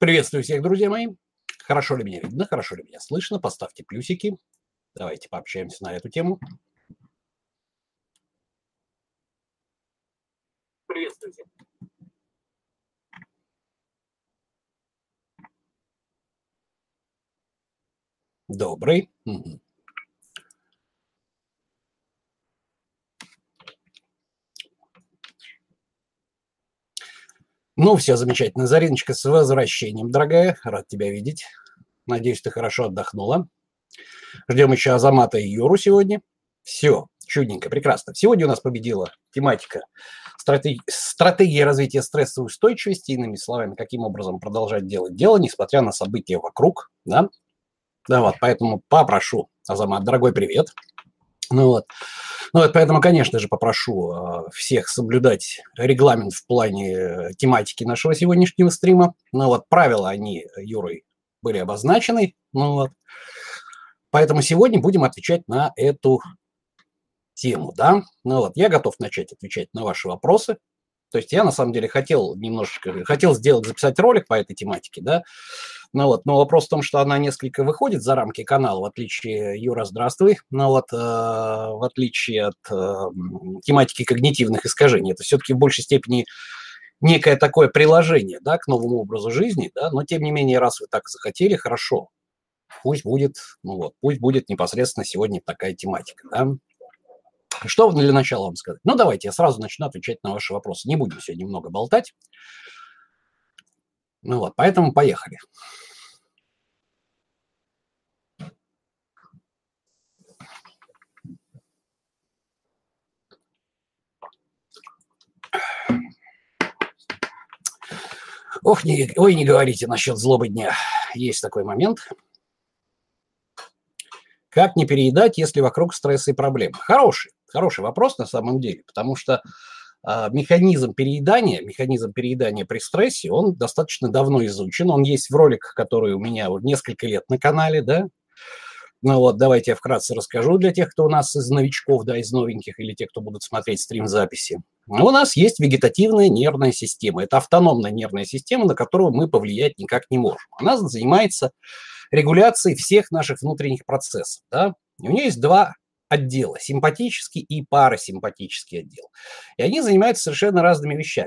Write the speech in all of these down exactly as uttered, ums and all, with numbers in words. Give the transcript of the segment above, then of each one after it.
Приветствую всех, друзья мои. Хорошо ли меня видно, хорошо ли меня слышно? Поставьте плюсики. Давайте пообщаемся на эту тему. Приветствую всех. Добрый. Угу. Ну, все замечательно. Зариночка, с возвращением, дорогая. Рад тебя видеть. Надеюсь, ты хорошо отдохнула. Ждем еще Азамата и Юру сегодня. Все, чудненько, прекрасно. Сегодня у нас победила тематика стратег... стратегии развития стрессовой устойчивости. Иными словами, каким образом продолжать делать дело, несмотря на события вокруг. Да, да вот, поэтому попрошу, Азамат, дорогой, привет. Ну вот. Ну вот, поэтому, конечно же, попрошу э, всех соблюдать регламент в плане тематики нашего сегодняшнего стрима. Ну вот, правила, они Юрой были обозначены. Ну вот. Поэтому сегодня будем отвечать на эту тему, да. Ну вот, я готов начать отвечать на ваши вопросы. То есть я, на самом деле, хотел немножечко, хотел сделать, записать ролик по этой тематике, да. Ну вот, но вопрос в том, что она несколько выходит за рамки канала, в отличие, Юра, здравствуй, но вот э, в отличие от э, тематики когнитивных искажений. Это все-таки в большей степени некое такое приложение, да, к новому образу жизни, да, но тем не менее, раз вы так захотели, хорошо, пусть будет, ну вот, пусть будет непосредственно сегодня такая тематика, да. Что для начала вам сказать? Ну, давайте я сразу начну отвечать на ваши вопросы. Не будем сегодня много болтать. Ну вот, поэтому поехали. Ох, не, ой, не говорите насчет злобы дня. Есть такой момент. Как не переедать, если вокруг стресса и проблемы? Хороший, хороший вопрос на самом деле, потому что э, механизм переедания, механизм переедания при стрессе, он достаточно давно изучен. Он есть в роликах, которые у меня вот несколько лет на канале, да. Ну вот, давайте я вкратце расскажу для тех, кто у нас из новичков, да, из новеньких, или тех, кто будут смотреть стрим-записи. У нас есть вегетативная нервная система. Это автономная нервная система, на которую мы повлиять никак не можем. Она занимается регуляцией всех наших внутренних процессов. Да? И у нее есть два отдела, симпатический и парасимпатический отдел. И они занимаются совершенно разными вещами.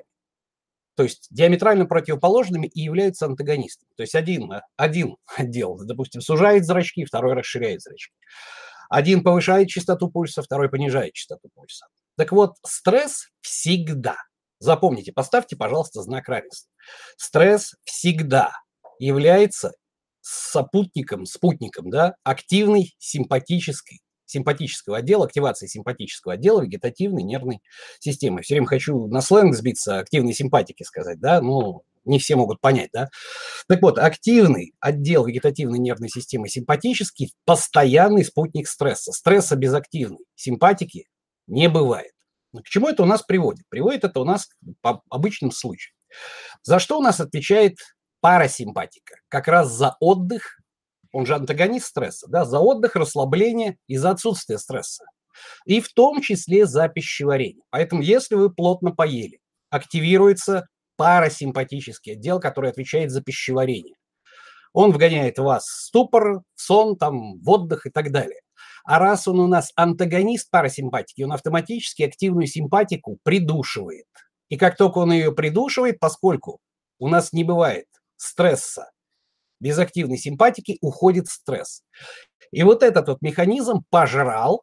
То есть диаметрально противоположными и являются антагонистами. То есть один, один отдел, допустим, сужает зрачки, второй расширяет зрачки. Один повышает частоту пульса, второй понижает частоту пульса. Так вот, стресс всегда, запомните, поставьте, пожалуйста, знак равенства. Стресс всегда является сопутником, спутником, да, активной симпатической симпатического отдела, активации симпатического отдела вегетативной нервной системы. Все время хочу на сленг сбиться, активной симпатики сказать, да, но не все могут понять, да. Так вот, активный отдел вегетативной нервной системы, симпатический, постоянный спутник стресса. Стресса без активной симпатики не бывает. Но к чему это у нас приводит? Приводит это у нас по обычным случаям. За что у нас отвечает парасимпатика? Как раз за отдых, он же антагонист стресса, да, за отдых, расслабление и за отсутствие стресса. И в том числе за пищеварение. Поэтому если вы плотно поели, активируется парасимпатический отдел, который отвечает за пищеварение. Он вгоняет вас в ступор, в сон, там, в отдых и так далее. А раз он у нас антагонист парасимпатики, он автоматически активную симпатику придушивает. И как только он ее придушивает, поскольку у нас не бывает стресса, без активной симпатики уходит стресс. И вот этот вот механизм пожрал,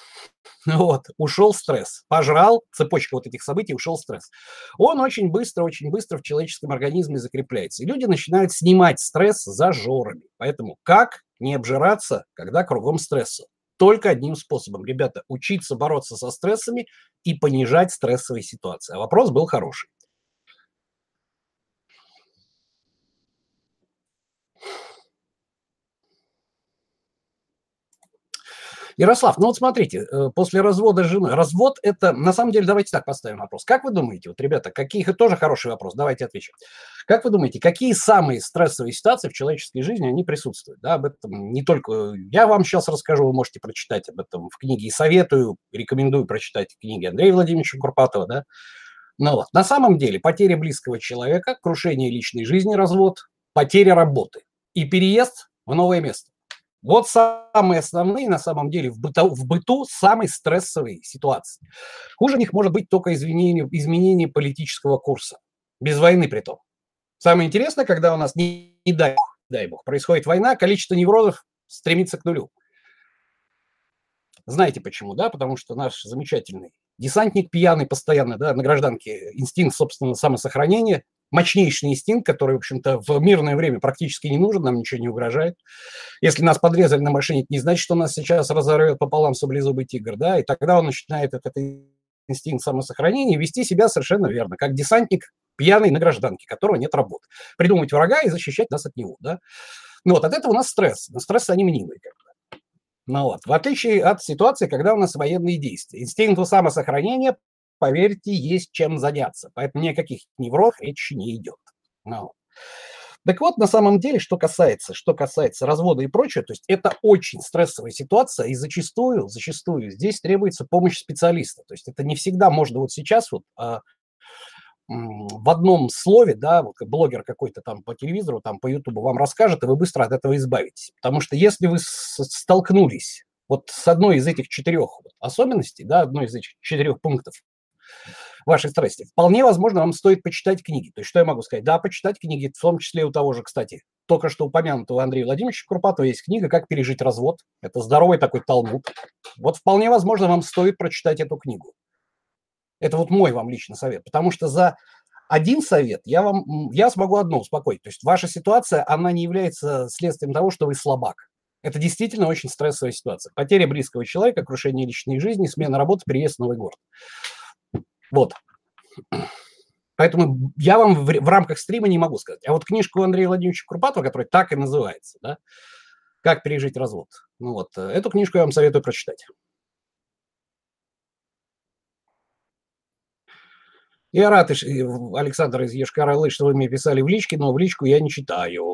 вот, ушел стресс. Пожрал, цепочка вот этих событий, ушел стресс. Он очень быстро, очень быстро в человеческом организме закрепляется. И люди начинают снимать стресс зажорами. Поэтому как не обжираться, когда кругом стресса? Только одним способом, ребята, учиться бороться со стрессами и понижать стрессовые ситуации. А вопрос был хороший. Ярослав, ну вот смотрите, после развода с женой, развод это, на самом деле, давайте так поставим вопрос. Как вы думаете, вот, ребята, какие, тоже хороший вопрос, давайте отвечу. Как вы думаете, какие самые стрессовые ситуации в человеческой жизни, они присутствуют? Да, об этом не только я вам сейчас расскажу, вы можете прочитать об этом в книге, и советую, рекомендую прочитать книги Андрея Владимировича Курпатова, да. Ну вот, на самом деле, потеря близкого человека, крушение личной жизни, развод, потеря работы и переезд в новое место. Вот самые основные, на самом деле, в быту, в быту самые стрессовые ситуации. Хуже них может быть только изменение, изменение политического курса. Без войны при том. Самое интересное, когда у нас, не, не дай, дай бог, происходит война, количество неврозов стремится к нулю. Знаете почему, да? Потому что наш замечательный десантник пьяный постоянно, да, на гражданке, инстинкт собственного самосохранения, мощнейший инстинкт, который, в общем-то, в мирное время практически не нужен, нам ничего не угрожает. Если нас подрезали на машине, это не значит, что нас сейчас разорвет пополам саблезубый тигр, да, и тогда он начинает этот инстинкт самосохранения вести себя совершенно верно, как десантник пьяный на гражданке, которого нет работы. Придумать врага и защищать нас от него, да. Ну вот, от этого у нас стресс, но стресс они мнимые, как бы. Ну вот, в отличие от ситуации, когда у нас военные действия. Инстинкту самосохранения, поверьте, есть чем заняться. Поэтому ни о каких неврозах речи не идет. Ну. Так вот, на самом деле, что касается, что касается развода и прочего, то есть это очень стрессовая ситуация, и зачастую, зачастую здесь требуется помощь специалиста. То есть это не всегда можно вот сейчас вот а, в одном слове, да, вот блогер какой-то там по телевизору, там по ютубу вам расскажет, и вы быстро от этого избавитесь. Потому что если вы столкнулись вот с одной из этих четырех особенностей, да, одной из этих четырех пунктов вашей страсти, вполне возможно, вам стоит почитать книги. То есть, что я могу сказать? Да, почитать книги, в том числе у того же, кстати, только что упомянутого Андрея Владимировича Курпатова есть книга «Как пережить развод». Это здоровый такой талмуд. Вот вполне возможно, вам стоит прочитать эту книгу. Это вот мой вам личный совет, потому что за один совет я вам, я смогу одно успокоить. То есть ваша ситуация, она не является следствием того, что вы слабак. Это действительно очень стрессовая ситуация. Потеря близкого человека, крушение личной жизни, смена работы, переезд в новый город. Вот. Поэтому я вам в, в рамках стрима не могу сказать. А вот книжку Андрея Владимировича Курпатова, которая так и называется, да, «Как пережить развод», ну вот, эту книжку я вам советую прочитать. Я рад, Александр из Йошкар-Олы, что вы мне писали в личке, но в личку я не читаю.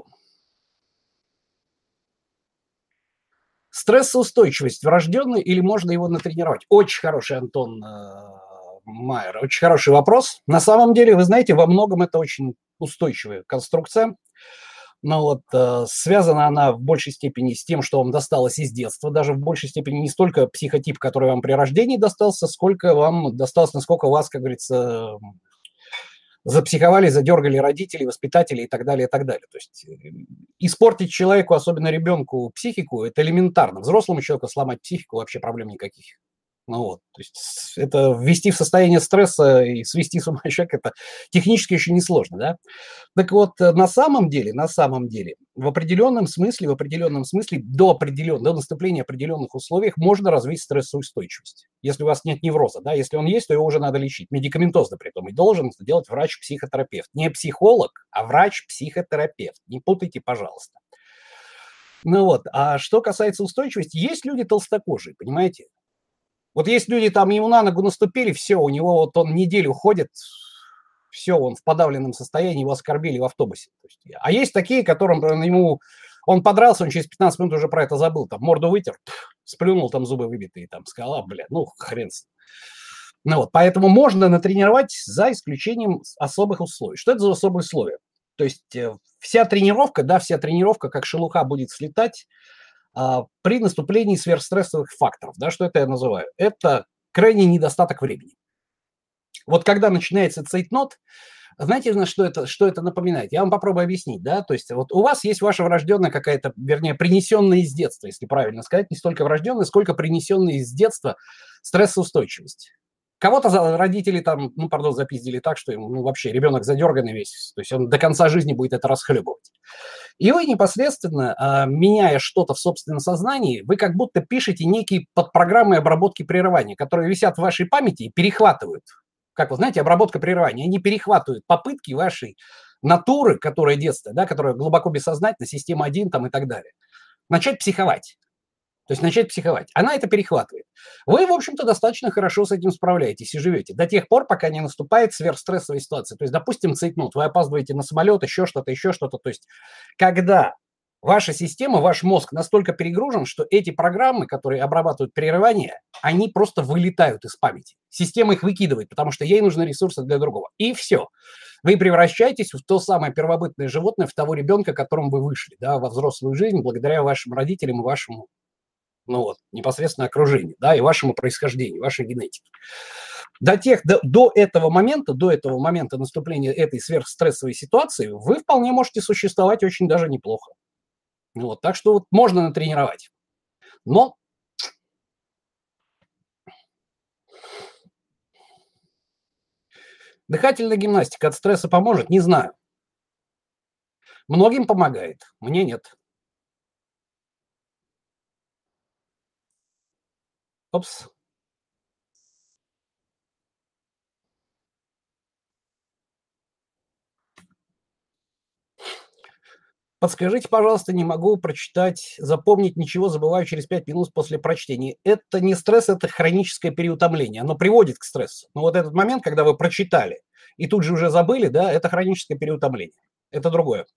Стрессоустойчивость врожденная или можно его натренировать? Очень хороший, Антон Майер, очень хороший вопрос. На самом деле, вы знаете, во многом это очень устойчивая конструкция. Но вот э, связана она в большей степени с тем, что вам досталось из детства, даже в большей степени не столько психотип, который вам при рождении достался, сколько вам досталось, насколько вас, как говорится, запсиховали, задергали родители, воспитатели и так далее, и так далее. То есть испортить человеку, особенно ребенку, психику, это элементарно. Взрослому человеку сломать психику вообще проблем никаких. Ну вот, то есть это ввести в состояние стресса и свести с ума человека, это технически еще не сложно, да? Так вот, на самом деле, на самом деле, в определенном смысле, в определенном смысле, до определенного, до наступления определенных условий можно развить стрессоустойчивость. Если у вас нет невроза, да, если он есть, то его уже надо лечить, медикаментозно при этом, и должен это делать врач-психотерапевт. Не психолог, а врач-психотерапевт. Не путайте, пожалуйста. Ну вот, а что касается устойчивости, есть люди толстокожие, понимаете? Вот есть люди, там ему на ногу наступили, все, у него вот он неделю ходит, все, он в подавленном состоянии, его оскорбили в автобусе. То есть, а есть такие, которым ему, он подрался, он через пятнадцать минут уже про это забыл, там морду вытер, пфф, сплюнул, там зубы выбитые, там сказал, а, бля, ну хрен с ним. Ну вот, поэтому можно натренировать за исключением особых условий. Что это за особые условия? То есть вся тренировка, да, вся тренировка, как шелуха будет слетать, при наступлении сверхстрессовых факторов. Да, что это я называю? Это крайний недостаток времени. Вот когда начинается цейтнот, знаете, на что это, что это напоминает? Я вам попробую объяснить. Да? То есть вот у вас есть ваша врожденная какая-то, вернее, принесенная из детства, если правильно сказать, не столько врожденная, сколько принесенная из детства стрессоустойчивость. Кого-то родители там, ну, пардон, запиздили так, что ему, ну, вообще ребенок задерганный весь, то есть он до конца жизни будет это расхлебывать. И вы непосредственно, меняя что-то в собственном сознании, вы как будто пишете некие подпрограммы обработки прерывания, которые висят в вашей памяти и перехватывают. Как вы знаете, обработка прерывания, они перехватывают попытки вашей натуры, которая детство, да, которая глубоко бессознательна, система один там и так далее, начать психовать. То есть начать психовать. Она это перехватывает. Вы, в общем-то, достаточно хорошо с этим справляетесь и живете. До тех пор, пока не наступает сверхстрессовая ситуация. То есть, допустим, цейтнот, вы опаздываете на самолет, еще что-то, еще что-то. То есть, когда ваша система, ваш мозг настолько перегружен, что эти программы, которые обрабатывают прерывания, они просто вылетают из памяти. Система их выкидывает, потому что ей нужны ресурсы для другого. И все. Вы превращаетесь в то самое первобытное животное, в того ребенка, которым вы вышли, да, во взрослую жизнь, благодаря вашим родителям и вашему, ну вот, непосредственно окружению, да, и вашему происхождению, вашей генетике. До тех, до, до этого момента, до этого момента наступления этой сверхстрессовой ситуации, вы вполне можете существовать очень даже неплохо. Вот, так что вот можно натренировать. Но дыхательная гимнастика от стресса поможет? Не знаю. Многим помогает, мне нет. Опс. Подскажите, пожалуйста, не могу прочитать, запомнить ничего, забываю через пять минут после прочтения. Это не стресс, это хроническое переутомление. Оно приводит к стрессу. Но вот этот момент, когда вы прочитали и тут же уже забыли, да, это хроническое переутомление. Это другое.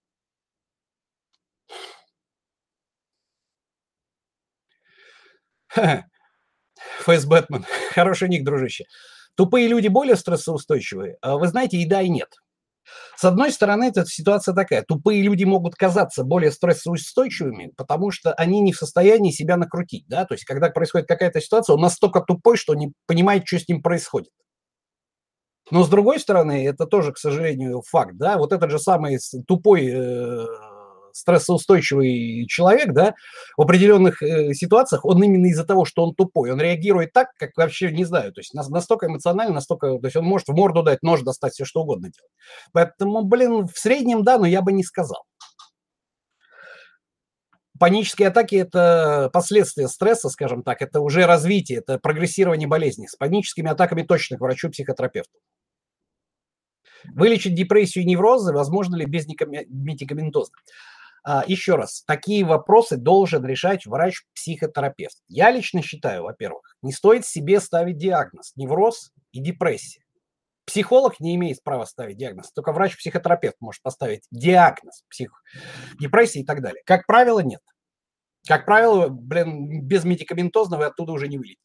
Фэйс Бэтмен. Хороший ник, дружище. Тупые люди более стрессоустойчивые? А вы знаете, и да, и нет. С одной стороны, эта ситуация такая. Тупые люди могут казаться более стрессоустойчивыми, потому что они не в состоянии себя накрутить. Да? То есть, когда происходит какая-то ситуация, он настолько тупой, что не понимает, что с ним происходит. Но с другой стороны, это тоже, к сожалению, факт. Да? Вот этот же самый тупой э, стрессоустойчивый человек, да, в определенных э, ситуациях, он именно из-за того, что он тупой, он реагирует так, как вообще, не знаю, то есть настолько эмоционально, настолько, то есть он может в морду дать, нож достать, все что угодно делать. Поэтому, блин, в среднем, да, но я бы не сказал. Панические атаки – это последствия стресса, скажем так, это уже развитие, это прогрессирование болезни. С паническими атаками точно к врачу-психотерапевту. Вылечить депрессию и неврозы возможно ли без медикаментоза? А, еще раз, такие вопросы должен решать врач-психотерапевт. Я лично считаю, во-первых, не стоит себе ставить диагноз невроз и депрессия. Психолог не имеет права ставить диагноз, только врач-психотерапевт может поставить диагноз псих, депрессии и так далее. Как правило, нет. Как правило, блин, без медикаментозного вы оттуда уже не вылетите.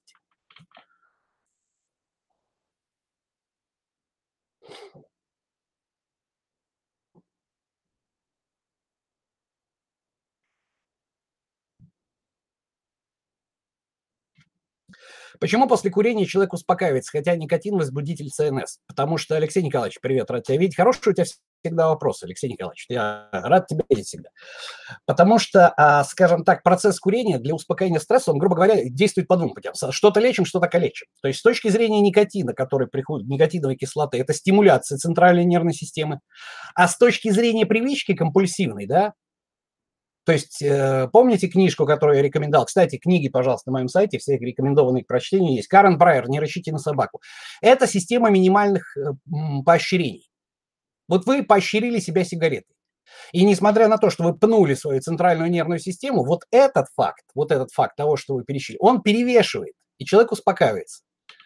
Почему после курения человек успокаивается, хотя никотин возбудитель ЦНС? Потому что, Алексей Николаевич, привет, рад тебя видеть. Хороший у тебя всегда вопрос, Алексей Николаевич. Я рад тебя видеть всегда. Потому что, а, скажем так, процесс курения для успокоения стресса, он, грубо говоря, действует по двум путям. Что-то лечим, что-то калечим. То есть с точки зрения никотина, который приходит, никотиновой кислоты, это стимуляция центральной нервной системы. А с точки зрения привычки компульсивной, да, то есть э, помните книжку, которую я рекомендовал? Кстати, книги, пожалуйста, на моем сайте, все рекомендованные к прочтению есть. Карен Брайер «Не рычите на собаку». Это система минимальных э, поощрений. Вот вы поощрили себя сигаретой. И несмотря на то, что вы пнули свою центральную нервную систему, вот этот факт, вот этот факт того, что вы перечислили, он перевешивает, и человек успокаивается.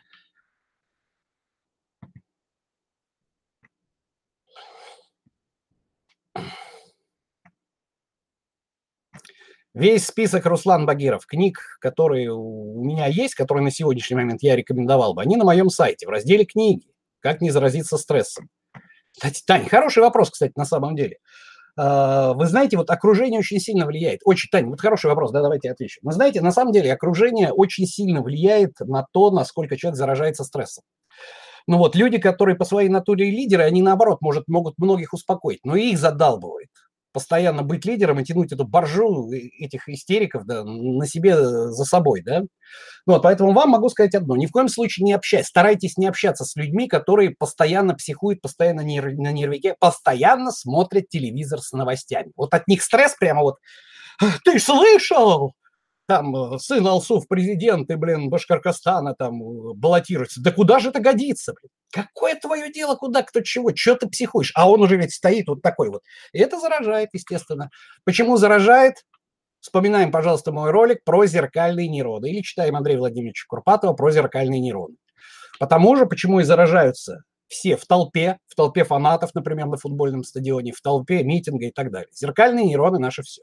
Весь список Руслан Багиров, книг, которые у меня есть, которые на сегодняшний момент я рекомендовал бы, они на моем сайте в разделе «Книги». Как не заразиться стрессом. Кстати, Тань, хороший вопрос, кстати, на самом деле. А, вы знаете, вот окружение очень сильно влияет. Очень, Таня, вот хороший вопрос, да, давайте отвечу. Вы знаете, на самом деле окружение очень сильно влияет на то, насколько человек заражается стрессом. Ну вот, люди, которые по своей натуре лидеры, они наоборот может, могут многих успокоить, но и их задалбывает постоянно быть лидером и тянуть эту боржу э, этих истериков да, на себе э, за собой, да. Ну вот, поэтому вам могу сказать одно. Ни в коем случае не общайтесь. Старайтесь не общаться с людьми, которые постоянно психуют, постоянно нерв, на нервике, постоянно смотрят телевизор с новостями. Вот от них стресс прямо вот. Ты слышал? Там э, сын Алсу в президенты, блин, Башкортостана там э, баллотируется. Да куда же это годится, блин? Какое твое дело, куда, кто чего? Че ты психуешь? А он уже ведь стоит вот такой вот. И это заражает, естественно. Почему заражает? Вспоминаем, пожалуйста, мой ролик про зеркальные нейроны. Или читаем Андрея Владимировича Курпатова про зеркальные нейроны. Потому же, почему и заражаются все в толпе, в толпе фанатов, например, на футбольном стадионе, в толпе митинга и так далее. Зеркальные нейроны – наше все.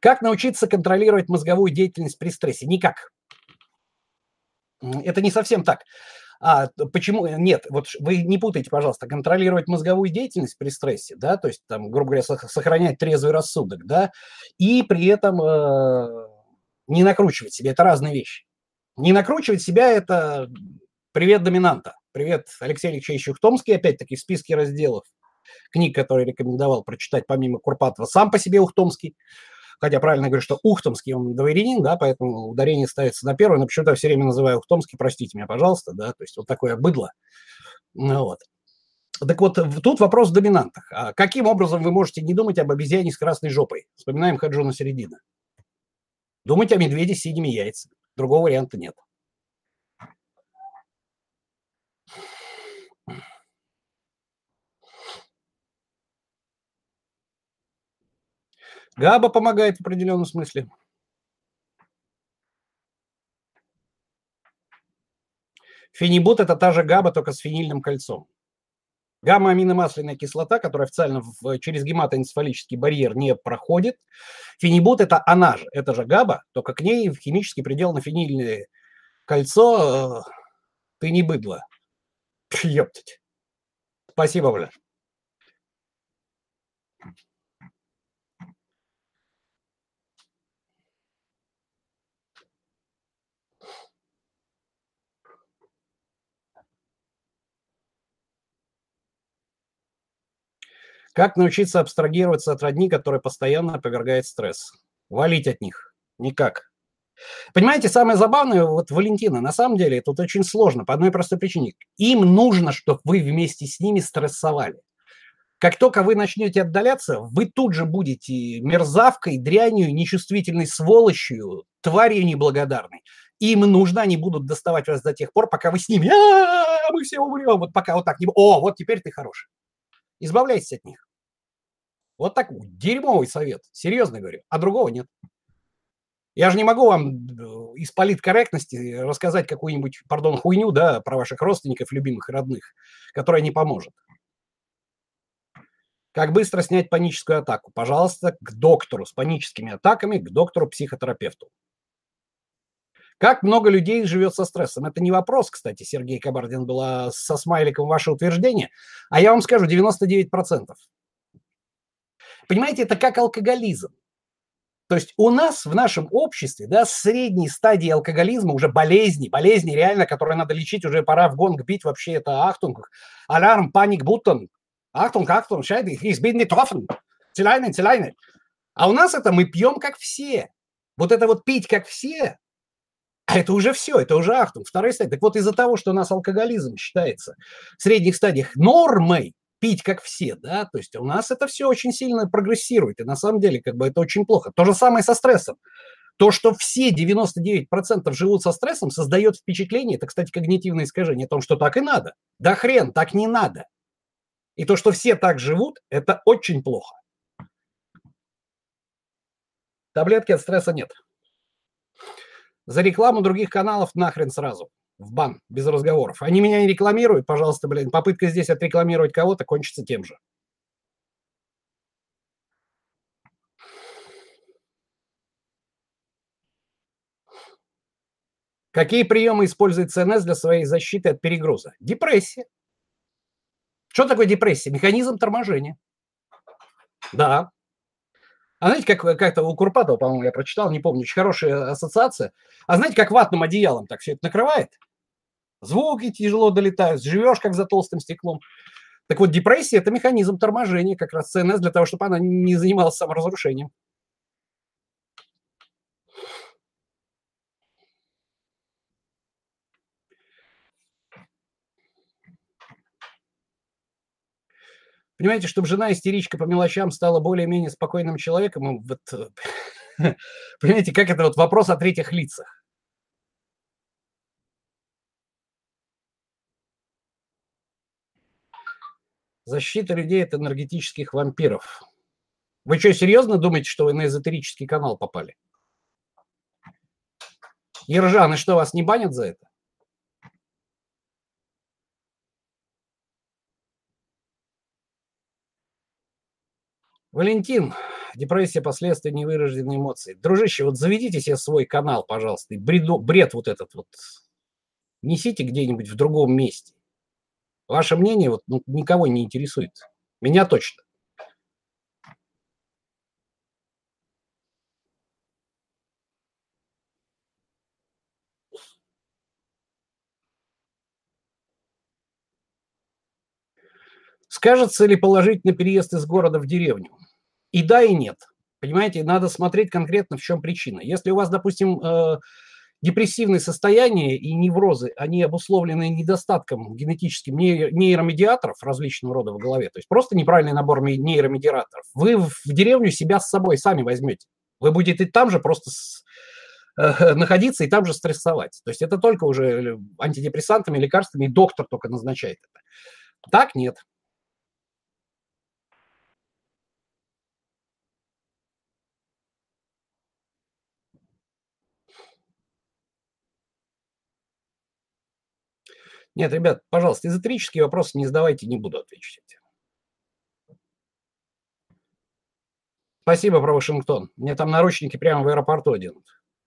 Как научиться контролировать мозговую деятельность при стрессе? Никак. Это не совсем так. А почему? Нет, вот вы не путайте, пожалуйста, контролировать мозговую деятельность при стрессе, да, то есть там, грубо говоря, сохранять трезвый рассудок, да, и при этом э, не накручивать себя. Это разные вещи. Не накручивать себя – это привет доминанта. Привет Алексей Алексеевич Ухтомский, опять-таки, в списке разделов книг, которые рекомендовал прочитать помимо Курпатова, сам по себе Ухтомский. Хотя правильно говорю, что Ухтомский, он дворянин, да, поэтому ударение ставится на первое, но почему-то я все время называю Ухтомский, простите меня, пожалуйста, да, то есть вот такое быдло. Ну, вот. Так вот, тут вопрос в доминантах. А каким образом вы можете не думать об обезьяне с красной жопой? Вспоминаем Хаджуна Середина. Думать о медведе с синими яйцами. Другого варианта нет. ГАБА помогает в определенном смысле. Фенибут – это та же ГАБА, только с фенильным кольцом. Гамма-аминомасляная кислота, которая официально в, через гематоэнцефалический барьер не проходит. Фенибут – это она же, это же ГАБА, только к ней химически приделано фенильное кольцо. Ты не быдло. Ёптать. Спасибо, бля. Как научиться абстрагироваться от родни, которая постоянно повергает стресс? Валить от них? Никак. Понимаете, самое забавное, вот Валентина, на самом деле, тут очень сложно, по одной простой причине. Им нужно, чтобы вы вместе с ними стрессовали. Как только вы начнете отдаляться, вы тут же будете мерзавкой, дрянью, нечувствительной сволочью, тварью неблагодарной. Им нужно, они будут доставать вас до тех пор, пока вы с ними, а мы все умрем, вот пока вот так не... О, вот теперь ты хороший. Избавляйтесь от них. Вот так дерьмовый совет, серьезно говорю, а другого нет. Я же не могу вам из политкорректности рассказать какую-нибудь, пардон, хуйню, да, про ваших родственников, любимых и родных, которая не поможет. Как быстро снять паническую атаку? Пожалуйста, к доктору с паническими атаками, к доктору-психотерапевту. Как много людей живет со стрессом? Это не вопрос, кстати, Сергей Кабардин, было со смайликом ваше утверждение, а я вам скажу, девяносто девять процентов. Понимаете, это как алкоголизм. То есть у нас в нашем обществе, да, средней стадии алкоголизма, уже болезни, болезни реально, которые надо лечить, уже пора в гонг бить, вообще это ахтунг, аларм, паник, буттон, ахтунг, ахтунг, шайди, ich bin betroffen, зеленый, зеленый. А у нас это мы пьем как все. Вот это вот пить как все, а это уже все, это уже ахтунг, вторая стадия. Так вот из-за того, что у нас алкоголизм считается в средних стадиях нормой, пить как все, да, то есть у нас это все очень сильно прогрессирует, и на самом деле как бы это очень плохо. То же самое со стрессом. То, что все девяносто девять процентов живут со стрессом, создает впечатление, это, кстати, когнитивное искажение, о том, что так и надо. Да хрен, так не надо. И то, что все так живут, это очень плохо. Таблетки от стресса нет. За рекламу других каналов нахрен сразу. В бан, без разговоров. Они меня не рекламируют, пожалуйста, блин. Попытка здесь отрекламировать кого-то кончится тем же. Какие приемы использует ЦНС для своей защиты от перегруза? Депрессия. Что такое депрессия? Механизм торможения. Да. А знаете, как как-то у Курпатова, по-моему, я прочитал, не помню, очень хорошая ассоциация. А знаете, как ватным одеялом так все это накрывает? Звуки тяжело долетают, живешь как за толстым стеклом. Так вот, депрессия – это механизм торможения, как раз ЦНС, для того, чтобы она не занималась саморазрушением. Понимаете, чтобы жена истеричка по мелочам стала более-менее спокойным человеком, вот, понимаете, как это вот вопрос о третьих лицах. Защита людей от энергетических вампиров. Вы что, серьезно думаете, что вы на эзотерический канал попали? Ержан, и что, вас не банят за это? Валентин, депрессия, последствия невыраженной эмоции. Дружище, вот заведите себе свой канал, пожалуйста, и бреду, бред вот этот вот несите где-нибудь в другом месте. Ваше мнение вот ну, никого не интересует. Меня точно. Скажется ли положительный переезд из города в деревню? И да, и нет. Понимаете, надо смотреть конкретно, в чем причина. Если у вас, допустим, э, депрессивные состояния и неврозы, они обусловлены недостатком генетических нейромедиаторов различного рода в голове, то есть просто неправильный набор нейромедиаторов, вы в деревню себя с собой сами возьмете. Вы будете там же просто с, э, находиться и там же стрессовать. То есть это только уже антидепрессантами, лекарствами, доктор только назначает это. Так нет. Нет, ребят, пожалуйста, эзотерические вопросы не задавайте, не буду отвечать. Спасибо про Вашингтон. Мне там наручники прямо в аэропорту оденут.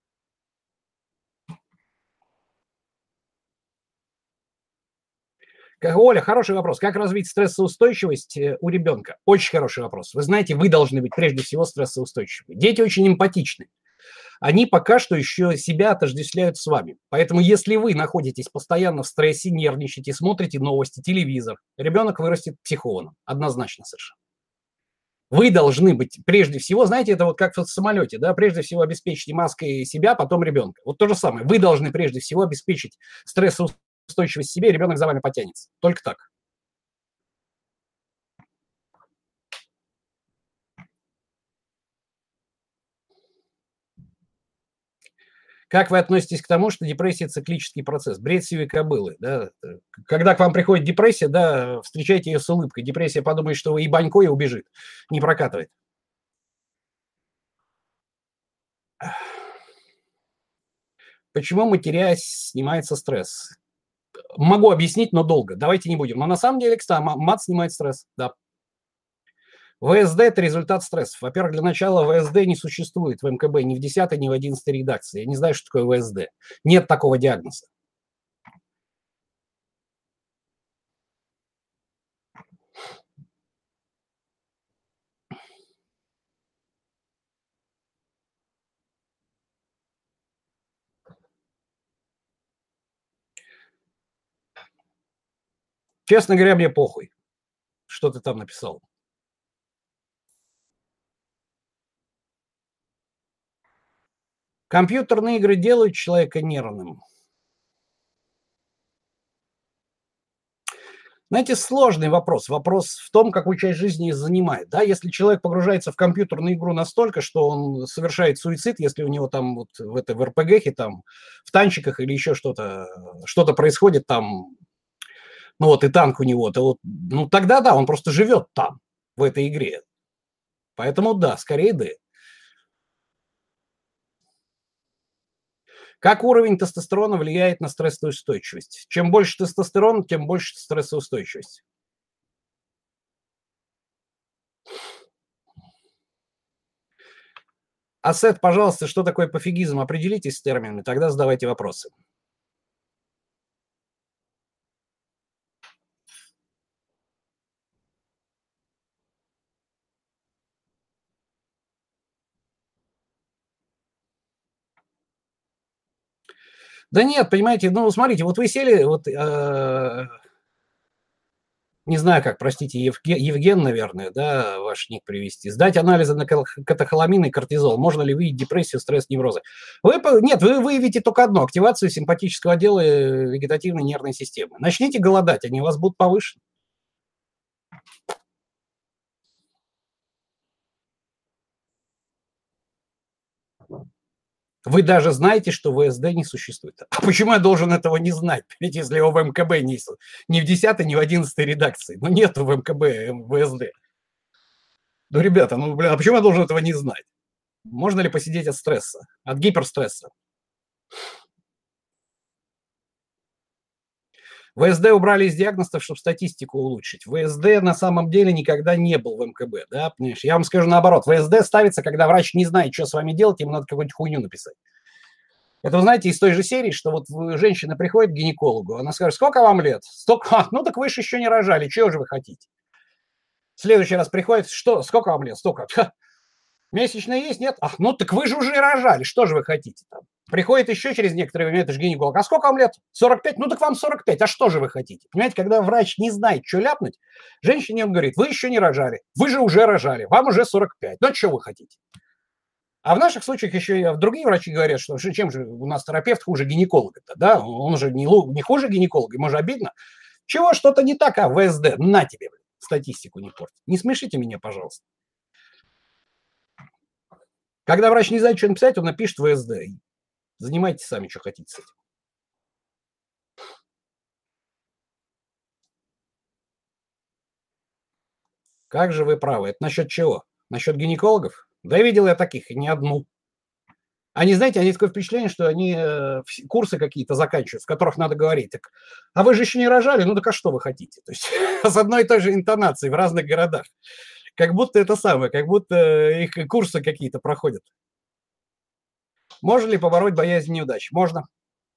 Оля, хороший вопрос. Как развить стрессоустойчивость э, у ребенка? Очень хороший вопрос. Вы знаете, вы должны быть прежде всего стрессоустойчивы. Дети очень эмпатичны. Они пока что еще себя отождествляют с вами. Поэтому если вы находитесь постоянно в стрессе, нервничаете, смотрите новости, телевизор, ребенок вырастет психованным. Однозначно совершенно. Вы должны быть прежде всего, знаете, это вот как в самолете, да, прежде всего обеспечить маской себя, потом ребенка. Вот то же самое. Вы должны прежде всего обеспечить стрессоустойчивость себе, и ребенок за вами потянется. Только так. Как вы относитесь к тому, что депрессия – циклический процесс? Бред сивой кобылы. Да? Когда к вам приходит депрессия, да, встречайте ее с улыбкой. Депрессия подумает, что вы и банько, и убежит. Не прокатывает. Почему, матерясь, снимается стресс? Могу объяснить, но долго. Давайте не будем. Но на самом деле, кстати, мат снимает стресс. Да. ВСД – это результат стрессов. Во-первых, для начала ВСД не существует в МКБ ни в десятой, ни в одиннадцатой редакции. Я не знаю, что такое ВСД. Нет такого диагноза. Честно говоря, мне похуй, что ты там написал. Компьютерные игры делают человека нервным. Знаете, сложный вопрос. Вопрос в том, какую часть жизни занимает. Да, если человек погружается в компьютерную игру настолько, что он совершает суицид, если у него там вот в этой в РПГхе, там, в танчиках или еще что-то, что-то происходит там, ну вот и танк у него, то вот, ну тогда да, он просто живет там, в этой игре. Поэтому да, скорее да. Как уровень тестостерона влияет на стрессоустойчивость? Чем больше тестостерона, тем больше стрессоустойчивость. Асет, пожалуйста, что такое пофигизм? Определитесь с терминами, тогда задавайте вопросы. Да нет, понимаете, ну смотрите, вот вы сели, вот э, не знаю как, простите, Евген, Евген, наверное, да, ваш ник привести, сдать анализы на катехоламин и кортизол, можно ли выявить депрессию, стресс, неврозы. Вы, нет, вы выявите только одно, активацию симпатического отдела вегетативной нервной системы. Начните голодать, они у вас будут повышены. Вы даже знаете, что ВСД не существует. А почему я должен этого не знать? Ведь если его в МКБ не, не в десятой, ни в одиннадцатой редакции. Ну, нету в МКБ ВСД. Ну, ребята, ну, блин, а почему я должен этого не знать? Можно ли посидеть от стресса, от гиперстресса? ВСД убрали из диагностов, чтобы статистику улучшить. ВСД на самом деле никогда не был в МКБ, да, понимаешь? Я вам скажу наоборот. ВСД ставится, когда врач не знает, что с вами делать, ему надо какую-нибудь хуйню написать. Это, вы знаете, из той же серии, что вот женщина приходит к гинекологу, она скажет, сколько вам лет? Столько, а, ну так вы же еще не рожали, чего же вы хотите? В следующий раз приходит, что, сколько вам лет? Столько. Ха, месячные есть, нет? Ах, ну так вы же уже рожали, что же вы хотите там? Приходит еще через некоторое время, это же гинеколог, а сколько вам лет? сорок пять? Ну так вам сорок пять, а что же вы хотите? Понимаете, когда врач не знает, что ляпнуть, женщине он говорит, вы еще не рожали, вы же уже рожали, вам уже сорок пять, ну что вы хотите? А в наших случаях еще и другие врачи говорят, что чем же у нас терапевт хуже гинеколога-то, да? Он же не, не хуже гинеколога, ему же обидно. Чего, что-то не так, а ВСД, на тебе, блин, статистику не портит. Не смешите меня, пожалуйста. Когда врач не знает, что написать, он напишет ВСД. Занимайтесь сами, что хотите с этим. Как же вы правы. Это насчет чего? Насчет гинекологов? Да видел я таких, и не одну. Они, знаете, они такое впечатление, что они э, курсы какие-то заканчивают, в которых надо говорить. Так, а вы же еще не рожали? Ну так а что вы хотите? То есть с одной и той же интонацией в разных городах. Как будто это самое, как будто их курсы какие-то проходят. Можно ли побороть боязнь неудач? Можно.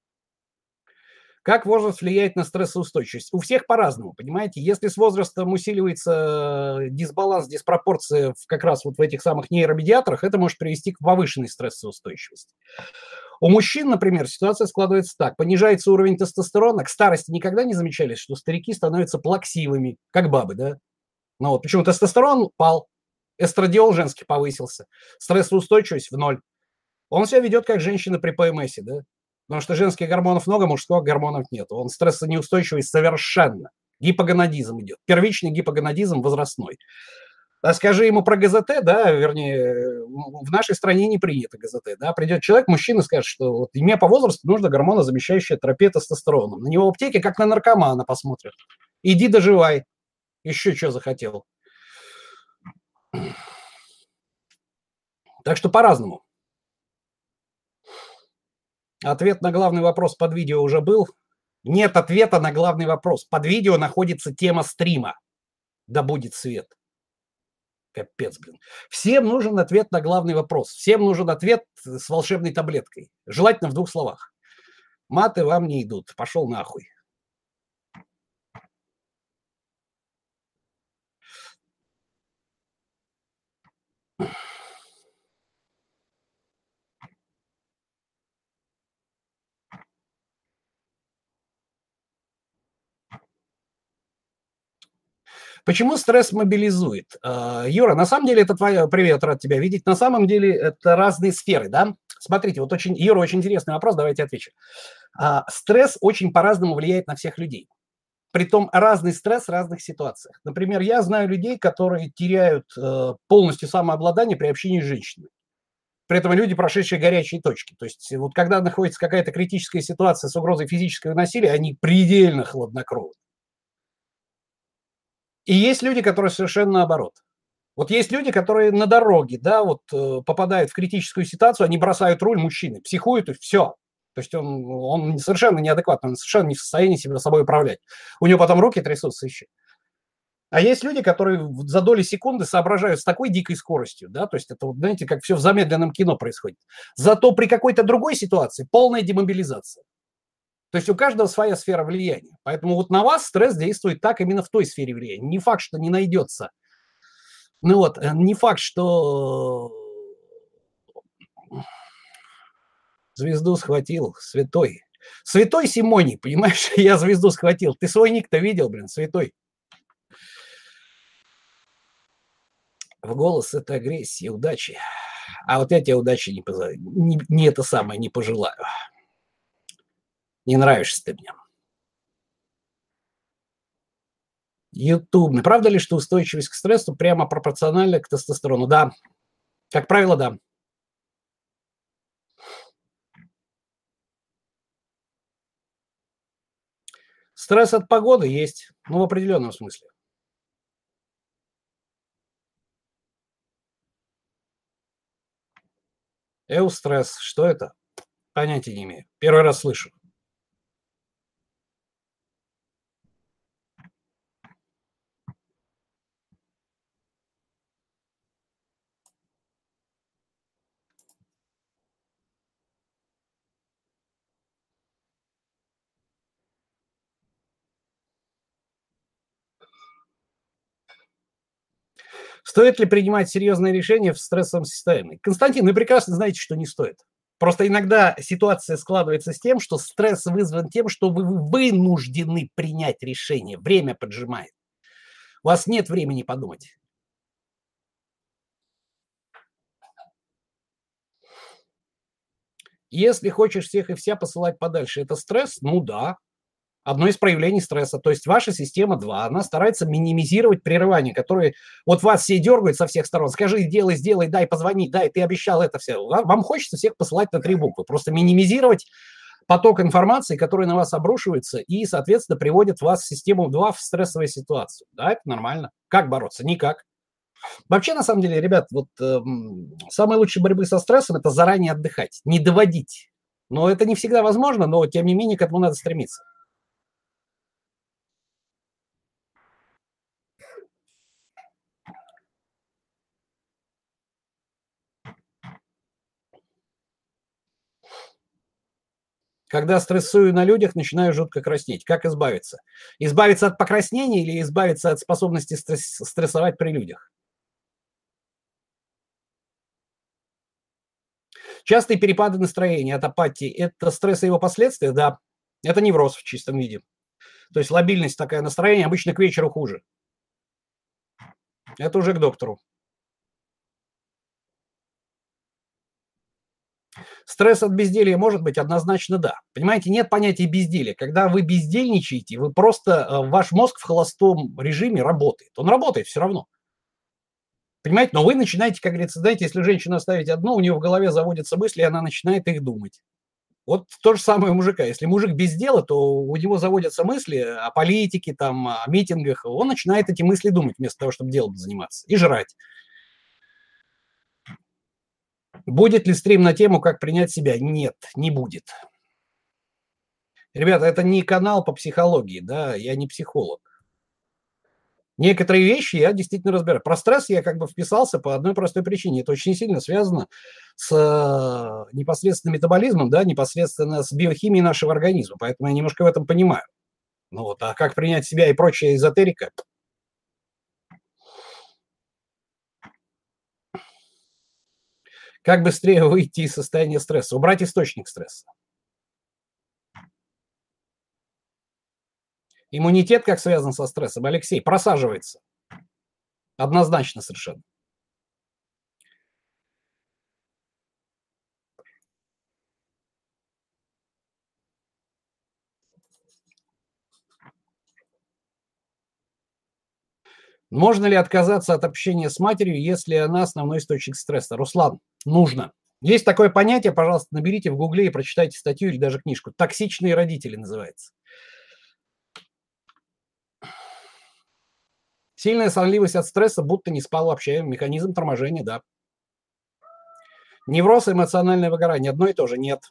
Как возраст влияет на стрессоустойчивость? У всех по-разному, понимаете? Если с возрастом усиливается дисбаланс, диспропорция в, как раз вот в этих самых нейромедиаторах, это может привести к повышенной стрессоустойчивости. У мужчин, например, ситуация складывается так. Понижается уровень тестостерона. К старости никогда не замечали, что старики становятся плаксивыми, как бабы, да? Ну вот почему тестостерон пал, эстрадиол женский повысился, стрессоустойчивость в ноль. Он себя ведет как женщина при ПМСе, да? Потому что женских гормонов много, мужского гормонов нет. Он стрессонеустойчивый совершенно. Гипогонадизм идет. Первичный гипогонадизм возрастной. А скажи ему про ГЗТ, да, вернее, в нашей стране не принято ГЗТ, да, придет человек, мужчина, скажет, что вот мне по возрасту нужно гормонозамещающая терапия тестостероном. На него в аптеке как на наркомана посмотрят. Иди доживай. Еще что захотел. Так что по-разному. Ответ на главный вопрос под видео уже был. Нет ответа на главный вопрос. Под видео находится тема стрима. Да будет свет. Капец, блин. Всем нужен ответ на главный вопрос. Всем нужен ответ с волшебной таблеткой. Желательно в двух словах. Маты вам не идут. Пошел нахуй. Почему стресс мобилизует? Юра, на самом деле это твоя... Привет, рад тебя видеть. На самом деле это разные сферы, да? Смотрите, вот очень, Юра, очень интересный вопрос, давайте отвечу. Стресс очень по-разному влияет на всех людей. Притом разный стресс в разных ситуациях. Например, я знаю людей, которые теряют полностью самообладание при общении с женщинами. При этом люди, прошедшие горячие точки. То есть вот когда находится какая-то критическая ситуация с угрозой физического насилия, они предельно хладнокровны. И есть люди, которые совершенно наоборот. Вот есть люди, которые на дороге, да, вот э, попадают в критическую ситуацию, они бросают руль, мужчины, психуют и все. То есть он, он совершенно неадекватный, он совершенно не в состоянии себя собой управлять. У него потом руки трясутся еще. А есть люди, которые за доли секунды соображают с такой дикой скоростью, да, то есть это, вот, знаете, как все в замедленном кино происходит. Зато при какой-то другой ситуации полная демобилизация. То есть у каждого своя сфера влияния. Поэтому вот на вас стресс действует так именно в той сфере влияния. Не факт, что не найдется. Ну вот, не факт, что звезду схватил святой. Святой Симоний, понимаешь, я звезду схватил. Ты свой ник-то видел, блин, святой. В голос это агрессия, удачи. А вот я тебе удачи не, поза... не, не это самое не пожелаю. Не нравишься ты мне. Ютуб. Правда ли, что устойчивость к стрессу прямо пропорциональна к тестостерону? Да. Как правило, да. Стресс от погоды есть, ну, в определенном смысле. Эустресс. Что это? Понятия не имею. Первый раз слышу. Стоит ли принимать серьезные решения в стрессовом состоянии? Константин, вы прекрасно знаете, что не стоит. Просто иногда ситуация складывается с тем, что стресс вызван тем, что вы вынуждены принять решение. Время поджимает. У вас нет времени подумать. Если хочешь всех и вся посылать подальше, это стресс? Ну да, одно из проявлений стресса. То есть ваша система два, она старается минимизировать прерывания, которые вот вас все дергают со всех сторон. Скажи, делай, сделай, дай, позвони, дай, ты обещал это все. Вам хочется всех посылать на три буквы. Просто минимизировать поток информации, который на вас обрушивается и, соответственно, приводит вас в систему два в стрессовую ситуацию. Да, это нормально. Как бороться? Никак. Вообще, на самом деле, ребят, вот э, самая лучшая борьбы со стрессом – это заранее отдыхать, не доводить. Но это не всегда возможно, но тем не менее к этому надо стремиться. Когда стрессую на людях, начинаю жутко краснеть. Как избавиться? Избавиться от покраснения или избавиться от способности стресс- стрессовать при людях? Частые перепады настроения от апатии – это стресс и его последствия? Да. Это невроз в чистом виде. То есть лобильность такая настроения обычно к вечеру хуже. Это уже к доктору. Стресс от безделья может быть? Однозначно да. Понимаете, нет понятия безделия. Когда вы бездельничаете, вы просто, э, ваш мозг в холостом режиме работает. Он работает все равно. Понимаете, но вы начинаете, как говорится, знаете, если женщину оставить одну, у нее в голове заводятся мысли, и она начинает их думать. Вот то же самое у мужика. Если мужик без дела, то у него заводятся мысли о политике, там, о митингах. Он начинает эти мысли думать вместо того, чтобы делом заниматься и жрать. Будет ли стрим на тему «Как принять себя»? Нет, не будет. Ребята, это не канал по психологии, да, я не психолог. Некоторые вещи я действительно разбираю. Про стресс я как бы вписался по одной простой причине. Это очень сильно связано с э, непосредственно метаболизмом, да, непосредственно с биохимией нашего организма. Поэтому я немножко в этом понимаю. Ну вот, а как принять себя и прочая эзотерика? Как быстрее выйти из состояния стресса? Убрать источник стресса. Иммунитет как связан со стрессом? Алексей, просаживается. Однозначно совершенно. Можно ли отказаться от общения с матерью, если она основной источник стресса? Руслан, нужно. Есть такое понятие, пожалуйста, наберите в гугле и прочитайте статью или даже книжку. «Токсичные родители» называется. Сильная сонливость от стресса, будто не спал вообще. Механизм торможения, да. Невроз и эмоциональное выгорание. Одно и то же. Нет.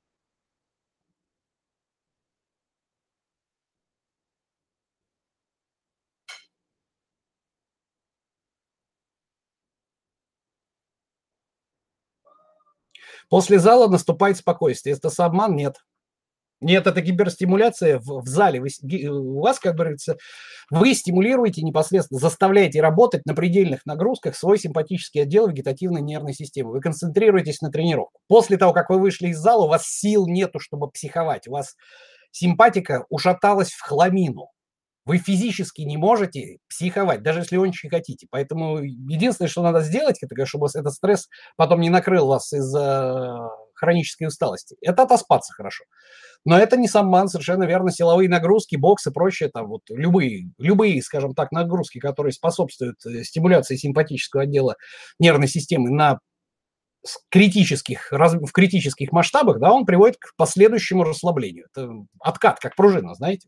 После зала наступает спокойствие. Это самообман? Нет. Нет, это гиперстимуляция в, в зале. Вы, у вас, как говорится, вы стимулируете непосредственно, заставляете работать на предельных нагрузках свой симпатический отдел вегетативной нервной системы. Вы концентрируетесь на тренировку. После того, как вы вышли из зала, у вас сил нету, чтобы психовать. У вас симпатика ушаталась в хламину. Вы физически не можете психовать, даже если очень хотите. Поэтому единственное, что надо сделать, это чтобы этот стресс потом не накрыл вас из-за хронической усталости, это отоспаться хорошо. Но это не самман, совершенно верно. Силовые нагрузки, бокс и прочее, там вот любые, любые, скажем так, нагрузки, которые способствуют э, стимуляции симпатического отдела нервной системы на критических, в критических масштабах, да, он приводит к последующему расслаблению. Это откат, как пружина, знаете.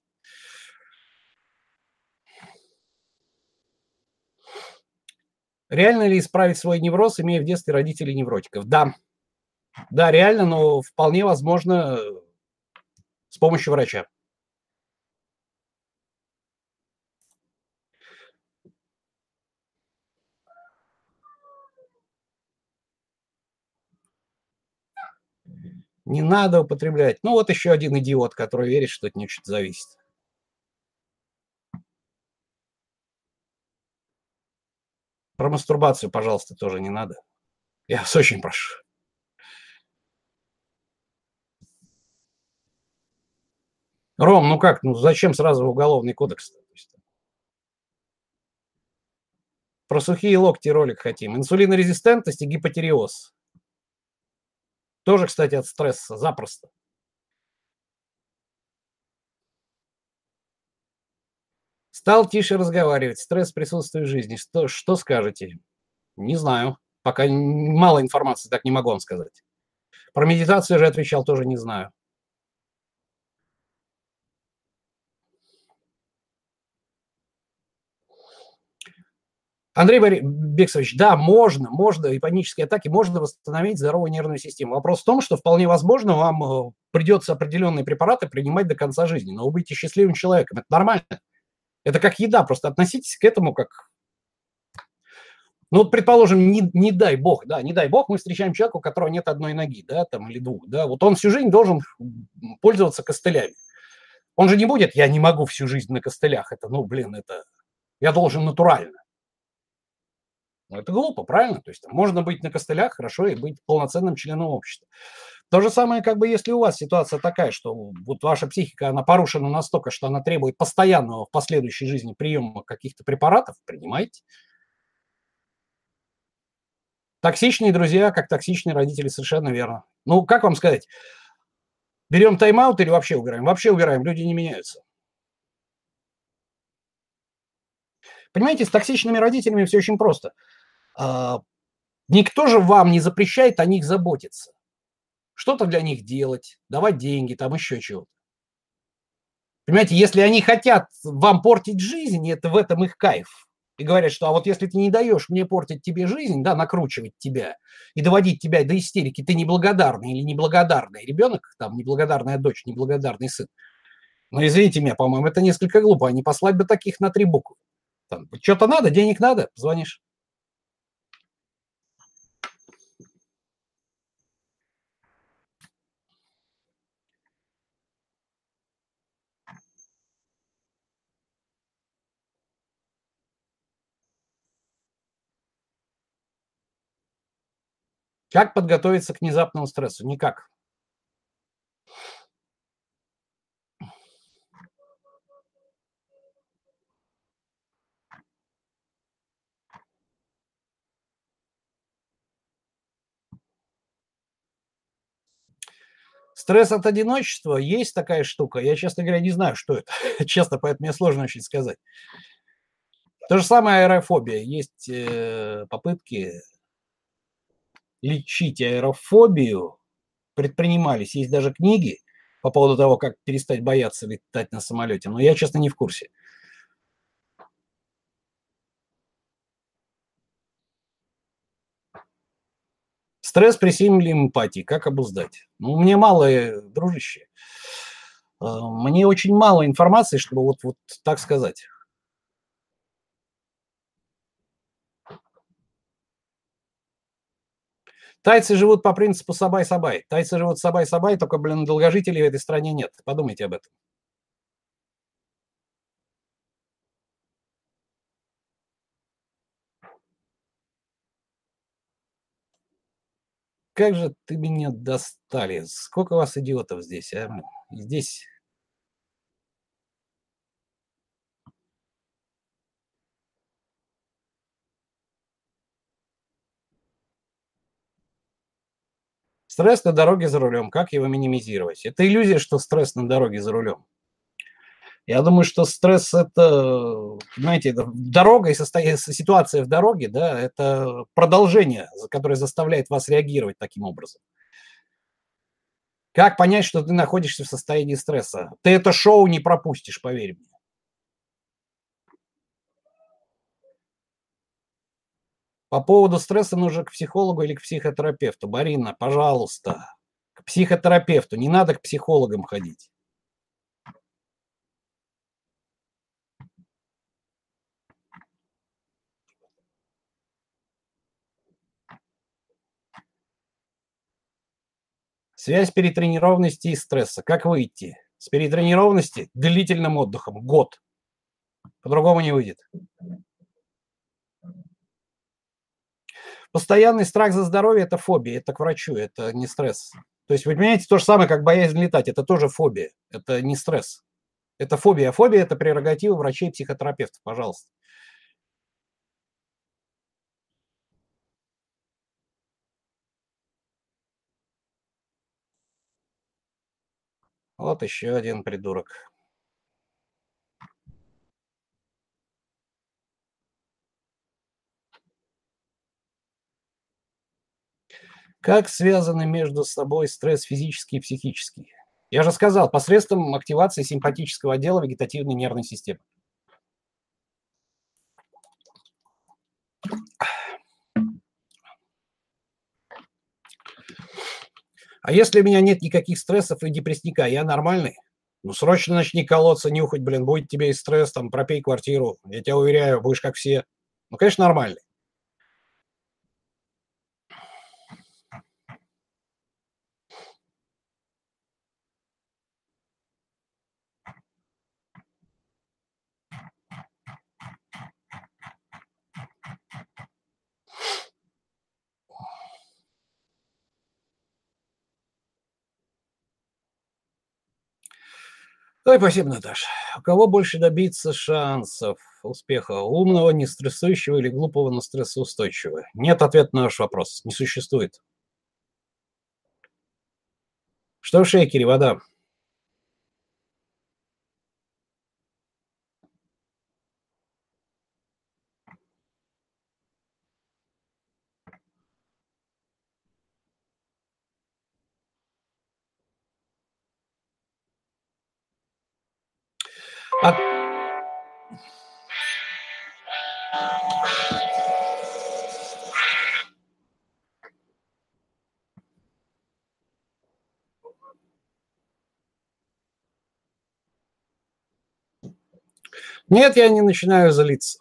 Реально ли исправить свой невроз, имея в детстве родителей невротиков? Да, да, реально, но вполне возможно э, с помощью врача. Не надо употреблять. Ну, вот еще один идиот, который верит, что от него что-то зависит. Про мастурбацию, пожалуйста, тоже не надо. Я вас очень прошу. Ром, ну как, ну зачем сразу в уголовный кодекс-то? Про сухие локти ролик хотим. Инсулинорезистентность и гипотиреоз. Тоже, кстати, от стресса, запросто. Стал тише разговаривать, стресс присутствует в жизни. Что, что скажете? Не знаю. Пока мало информации, так не могу вам сказать. Про медитацию же отвечал, тоже не знаю. Андрей Бори- Бексович, да, можно, можно, и панические атаки, можно восстановить здоровую нервную систему. Вопрос в том, что вполне возможно, вам э, придется определенные препараты принимать до конца жизни, но вы будете счастливым человеком. Это нормально. Это как еда, просто относитесь к этому как... Ну, вот, предположим, не, не дай бог, да, не дай бог, мы встречаем человека, у которого нет одной ноги, да, там, или двух, да, вот он всю жизнь должен пользоваться костылями. Он же не будет, я не могу всю жизнь на костылях, это, ну, блин, это, я должен натурально. Ну, это глупо, правильно? То есть там, можно быть на костылях хорошо и быть полноценным членом общества. То же самое, как бы, если у вас ситуация такая, что вот ваша психика, она порушена настолько, что она требует постоянного в последующей жизни приема каких-то препаратов, принимайте. Токсичные друзья, как токсичные родители, совершенно верно. Ну, как вам сказать, берем тайм-аут или вообще убираем? Вообще убираем, люди не меняются. Понимаете, с токсичными родителями все очень просто. А, Никто же вам не запрещает о них заботиться. Что-то для них делать, давать деньги, там еще чего-то. Понимаете, если они хотят вам портить жизнь, это в этом их кайф. И говорят, что а вот если ты не даешь мне портить тебе жизнь, да, накручивать тебя и доводить тебя до истерики, ты неблагодарный или неблагодарный ребенок, там, неблагодарная дочь, неблагодарный сын. Но извините меня, по-моему, это несколько глупо. А не послать бы таких на три буквы. Там, что-то надо, денег надо, звонишь. Как подготовиться к внезапному стрессу? Никак. Стресс от одиночества, есть такая штука. Я, честно говоря, не знаю, что это. Честно, поэтому мне сложно очень сказать. То же самое аэрофобия. Есть э, попытки лечить аэрофобию, предпринимались. Есть даже книги по поводу того, как перестать бояться летать на самолете. Но я, честно, не в курсе. Стресс при сильной эмпатии. Как обуздать? Ну, мне мало, э, дружище. э, Мне очень мало информации, чтобы вот, вот так сказать. Тайцы живут по принципу сабай-сабай. Тайцы живут сабай-сабай, только, блин, долгожителей в этой стране нет. Подумайте об этом. Как же ты меня достали. Сколько вас идиотов здесь, а? Здесь стресс на дороге за рулем. Как его минимизировать? Это иллюзия, что стресс на дороге за рулем. Я думаю, что стресс это, знаете, это дорога и состоя- ситуация в дороге, да, это продолжение, за- которое заставляет вас реагировать таким образом. Как понять, что ты находишься в состоянии стресса? Ты это шоу не пропустишь, поверь мне. По поводу стресса нужно к психологу или к психотерапевту. Марина, пожалуйста, к психотерапевту. Не надо к психологам ходить. Связь перетренированности и стресса. Как выйти? С перетренированности длительным отдыхом. Год. По-другому не выйдет. Постоянный страх за здоровье – это фобия, это к врачу, это не стресс. То есть, вы понимаете, то же самое, как боязнь летать, это тоже фобия, это не стресс. Это фобия. А фобия – это прерогатива врачей и психотерапевтов, пожалуйста. Вот еще один придурок. Как связаны между собой стресс физический и психический? Я же сказал, посредством активации симпатического отдела вегетативной нервной системы. А если у меня нет никаких стрессов и депрессника, я нормальный? Ну, срочно начни колоться, нюхать, блин, будет тебе и стресс, там, пропей квартиру. Я тебя уверяю, будешь как все. Ну, конечно, нормальный. Ой, спасибо, Наташа. У кого больше добиться шансов успеха? Умного, не стрессующего или глупого, но стрессоустойчивого? Нет ответа на ваш вопрос. Не существует. Что в шейкере? Вода. А- Нет, я не начинаю злиться.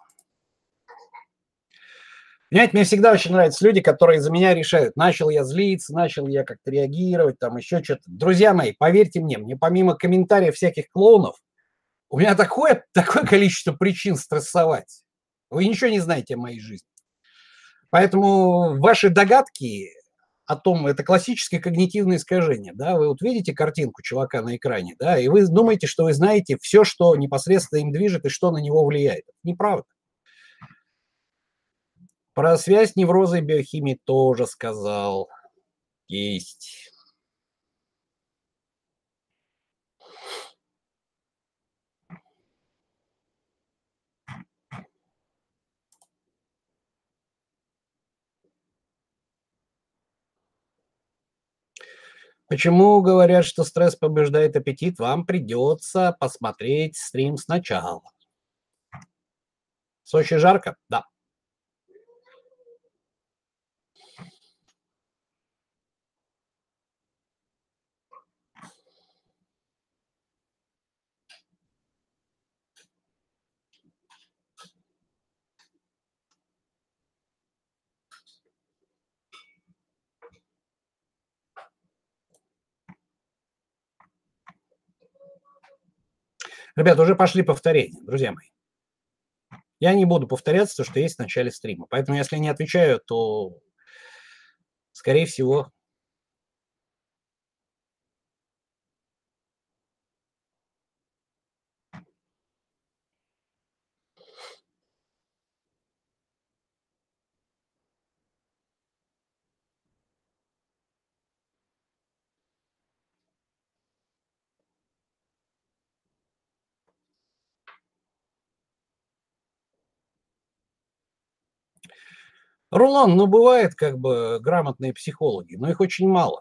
Понимаете, мне всегда очень нравятся люди, которые за меня решают. Начал я злиться, начал я как-то реагировать, там еще что-то. Друзья мои, поверьте мне, мне помимо комментариев всяких клоунов, у меня такое, такое количество причин стрессовать. Вы ничего не знаете о моей жизни. Поэтому ваши догадки о том, это классическое когнитивное искажение, да, вы вот видите картинку чувака на экране, да, и вы думаете, что вы знаете все, что непосредственно им движет и что на него влияет. Это неправда. Про связь невроза и биохимии тоже сказал. Есть. Почему говорят, что стресс побеждает аппетит? Вам придется посмотреть стрим сначала. В Сочи жарко? Да. Ребята, уже пошли повторения, друзья мои. Я не буду повторяться то, что есть в начале стрима. Поэтому, если не отвечаю, то, скорее всего, Рулан, ну, бывает как бы грамотные психологи, но их очень мало.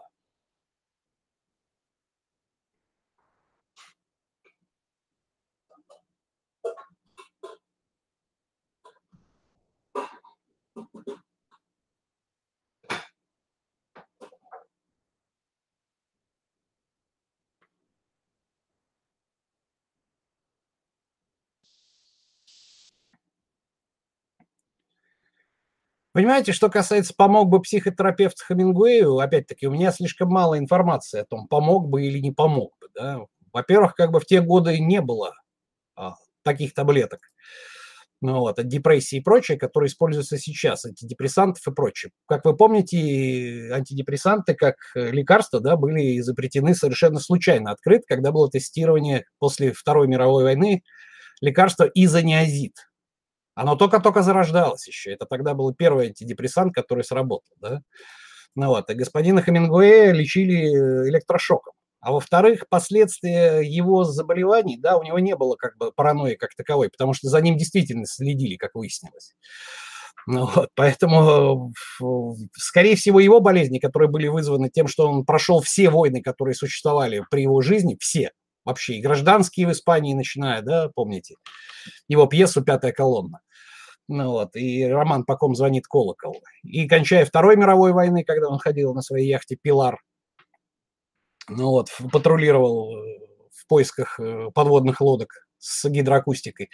Понимаете, что касается помог бы психотерапевт Хемингуэю, опять-таки, у меня слишком мало информации о том, помог бы или не помог бы. Да? Во-первых, как бы в те годы не было а, таких таблеток. Ну вот, от депрессии и прочее, которые используются сейчас, антидепрессантов и прочее. Как вы помните, антидепрессанты как э, лекарства, да, были изобретены совершенно случайно, открыт, когда было тестирование после Второй мировой войны лекарства изониазид. Оно только-только зарождалось еще. Это тогда был первый антидепрессант, который сработал, да. Ну вот, и господина Хемингуэя лечили э, электрошоком. А во-вторых, последствия его заболеваний, да, у него не было как бы паранойи как таковой, потому что за ним действительно следили, как выяснилось. Ну вот, поэтому, э, скорее всего, его болезни, которые были вызваны тем, что он прошел все войны, которые существовали при его жизни, все, вообще, и гражданские в Испании, начиная, да, помните, его пьесу «Пятая колонна». Ну вот, и роман «По ком звонит колокол». И кончая Второй мировой войны, когда он ходил на своей яхте «Пилар», ну вот, патрулировал э, в поисках э, подводных лодок с гидроакустикой.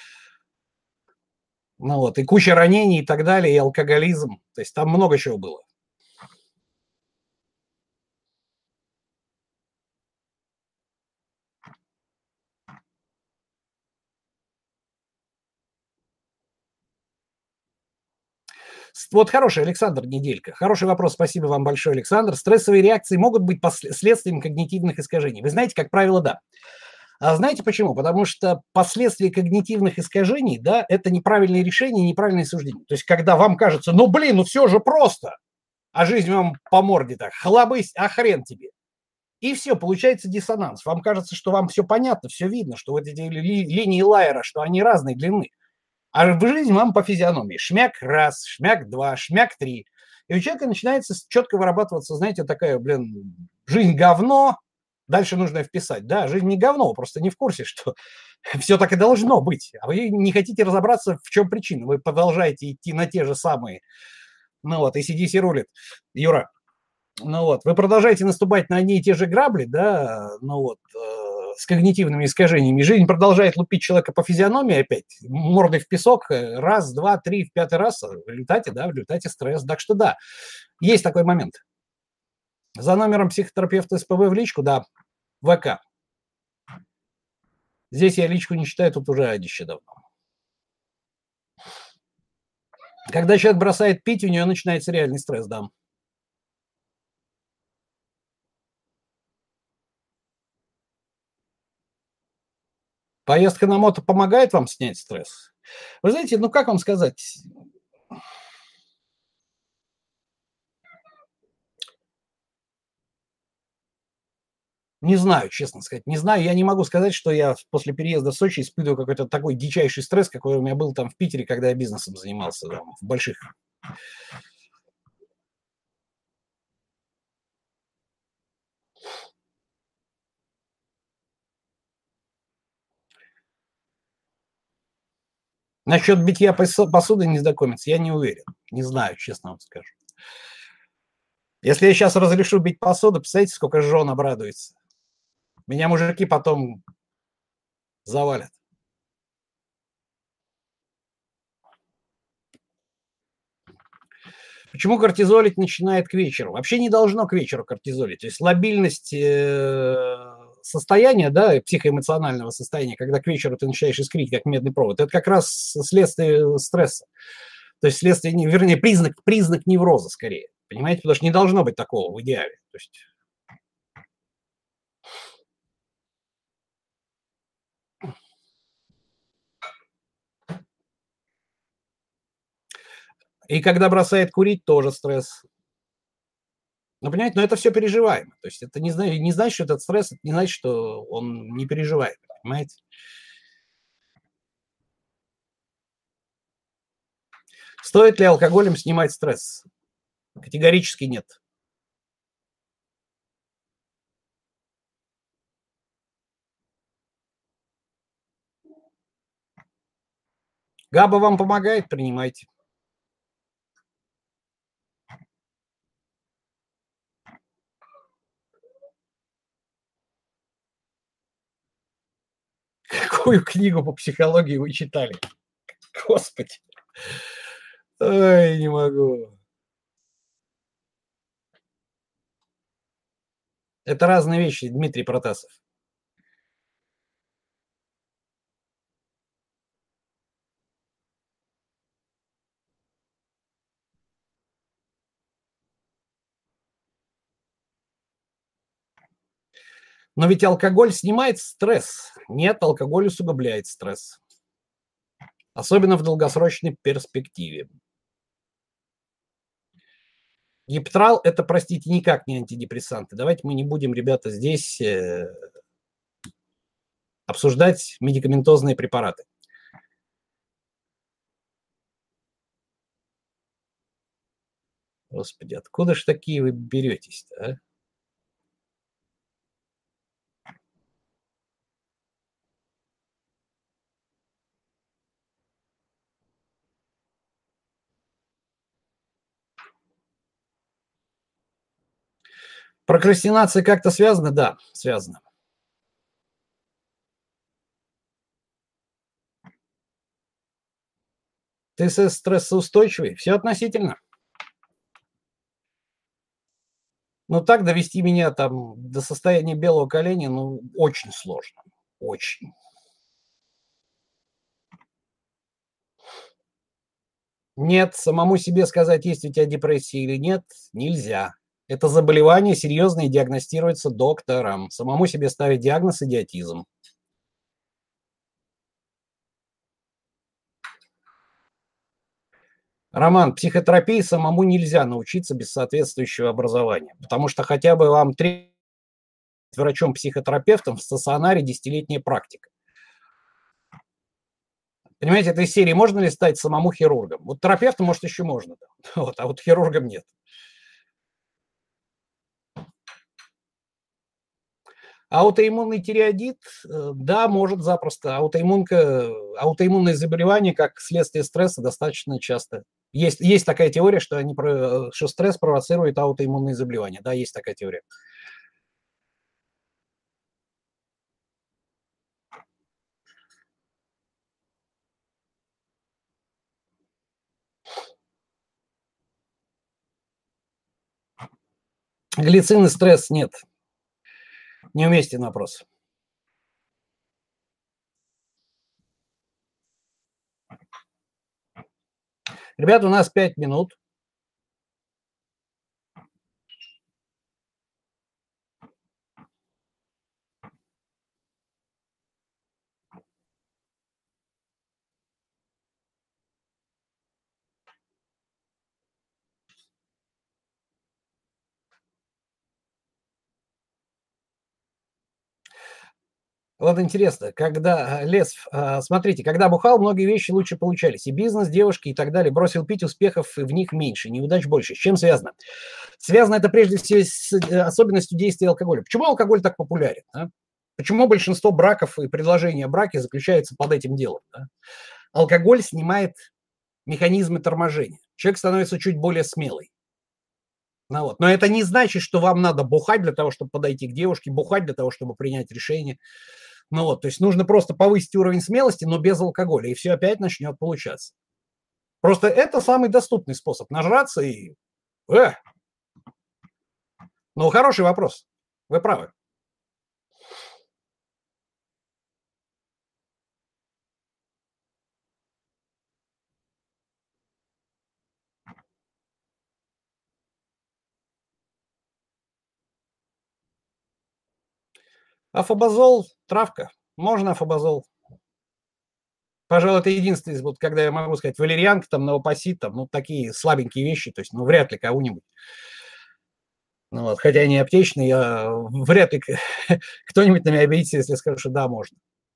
Ну вот, и куча ранений и так далее, и алкоголизм. То есть там много чего было. Вот хороший, Александр Неделька. Хороший вопрос. Спасибо вам большое, Александр. Стрессовые реакции могут быть последствием когнитивных искажений? Вы знаете, как правило, да. А знаете почему? Потому что последствия когнитивных искажений, да, это неправильные решения, неправильные суждения. То есть, когда вам кажется, ну блин, ну все же просто, а жизнь вам по морде так, хлобысь, а хрен тебе. И все, получается диссонанс. Вам кажется, что вам все понятно, все видно, что вот эти ли, линии Лайера, что они разной длины. А в жизни вам по физиономии. Шмяк раз, шмяк два, шмяк три. И у человека начинается четко вырабатываться, знаете, такая, блин, жизнь говно, дальше нужно вписать. Да, жизнь не говно, вы просто не в курсе, что все так и должно быть. А вы не хотите разобраться, в чем причина. Вы продолжаете идти на те же самые. Ну вот, и си ди си рулит. Юра, ну вот, вы продолжаете наступать на одни и те же грабли, да, ну вот, э, с когнитивными искажениями. Жизнь продолжает лупить человека по физиономии опять, мордой в песок, э, раз, два, три, в пятый раз, в результате, да, в результате стресс. Так что да, есть такой момент. За номером психотерапевта эс пэ вэ в личку, да, вэ ка. Здесь я личку не читаю, тут уже адище давно. Когда человек бросает пить, у него начинается реальный стресс, да. Поездка на мото помогает вам снять стресс? Вы знаете, ну как вам сказать, не знаю, честно сказать, не знаю. Я не могу сказать, что я после переезда в Сочи испытываю какой-то такой дичайший стресс, какой у меня был там в Питере, когда я бизнесом занимался, там, в больших. Насчет битья посу- посуды незнакомец, я не уверен. Не знаю, честно вам скажу. Если я сейчас разрешу бить посуду, представляете, сколько жен обрадуется. Меня мужики потом завалят. Почему кортизолить начинает к вечеру? Вообще не должно к вечеру кортизолить. То есть лобильность э, состояния, да, психоэмоционального состояния, когда к вечеру ты начинаешь искрить, как медный провод, это как раз следствие стресса. То есть следствие, не- вернее, признак, признак невроза скорее. Понимаете? Потому что не должно быть такого в идеале. То есть, и когда бросает курить, тоже стресс. Ну, понимаете, но это все переживаемо. То есть это не, зна- не значит, что этот стресс, это не значит, что он не переживаем. Понимаете? Стоит ли алкоголем снимать стресс? Категорически нет. Габа вам помогает, принимайте. Какую книгу по психологии вы читали? Господи. Ой, не могу. Это разные вещи, Дмитрий Протасов. Но ведь алкоголь снимает стресс. Нет, алкоголь усугубляет стресс. Особенно в долгосрочной перспективе. Гиптрал- это, простите, никак не антидепрессанты. Давайте мы не будем, ребята, здесь э, обсуждать медикаментозные препараты. Господи, откуда ж такие вы беретесь-то, а? Прокрастинация как-то связана? Да, связана. Ты с стрессоустойчивый? Все относительно. Но так довести меня там до состояния белого коленя, ну, очень сложно. Очень. Нет, самому себе сказать, есть у тебя депрессия или нет, нельзя. Это заболевание серьезное и диагностируется доктором. Самому себе ставить диагноз — идиотизм. Роман, психотерапии самому нельзя научиться без соответствующего образования, потому что хотя бы вам три врачом-психотерапевтом в стационаре десятилетняя практика. Понимаете, этой серии можно ли стать самому хирургом? Вот терапевтом, может, еще можно, да. Вот, а вот хирургом нет. Аутоиммунный тиреоидит, э, да, может запросто. Аутоиммунка, аутоиммунные заболевания, как следствие стресса, достаточно часто. Есть, есть такая теория, что, они, про- что стресс провоцирует аутоиммунные заболевания. Да, есть такая теория. Глицин и стресс нет. Неуместен вопрос. Ребята, у нас пять минут. Вот интересно, когда а, лес, а, смотрите, когда бухал, многие вещи лучше получались. И бизнес, девушки и так далее. Бросил пить, успехов в них меньше, неудач больше. С чем связано? Связано это прежде всего с э, особенностью действия алкоголя. Почему алкоголь так популярен? А? Почему большинство браков и предложений о браке заключаются под этим делом? Да? Алкоголь снимает механизмы торможения. Человек становится чуть более смелый. Ну, вот. Но это не значит, что вам надо бухать для того, чтобы подойти к девушке, бухать для того, чтобы принять решение. Ну вот, то есть нужно просто повысить уровень смелости, но без алкоголя, и все опять начнет получаться. Просто это самый доступный способ нажраться и... Э! Ну, хороший вопрос. Вы правы. Афобазол — травка. Можно афобазол. Пожалуй, это единственное, вот когда я могу сказать, валерьянка, там, новопосит, там, ну, такие слабенькие вещи, то есть, ну, вряд ли кого-нибудь. Ну, вот, хотя они аптечные, я вряд ли кто-нибудь на меня обидится, если скажу, что да, можно.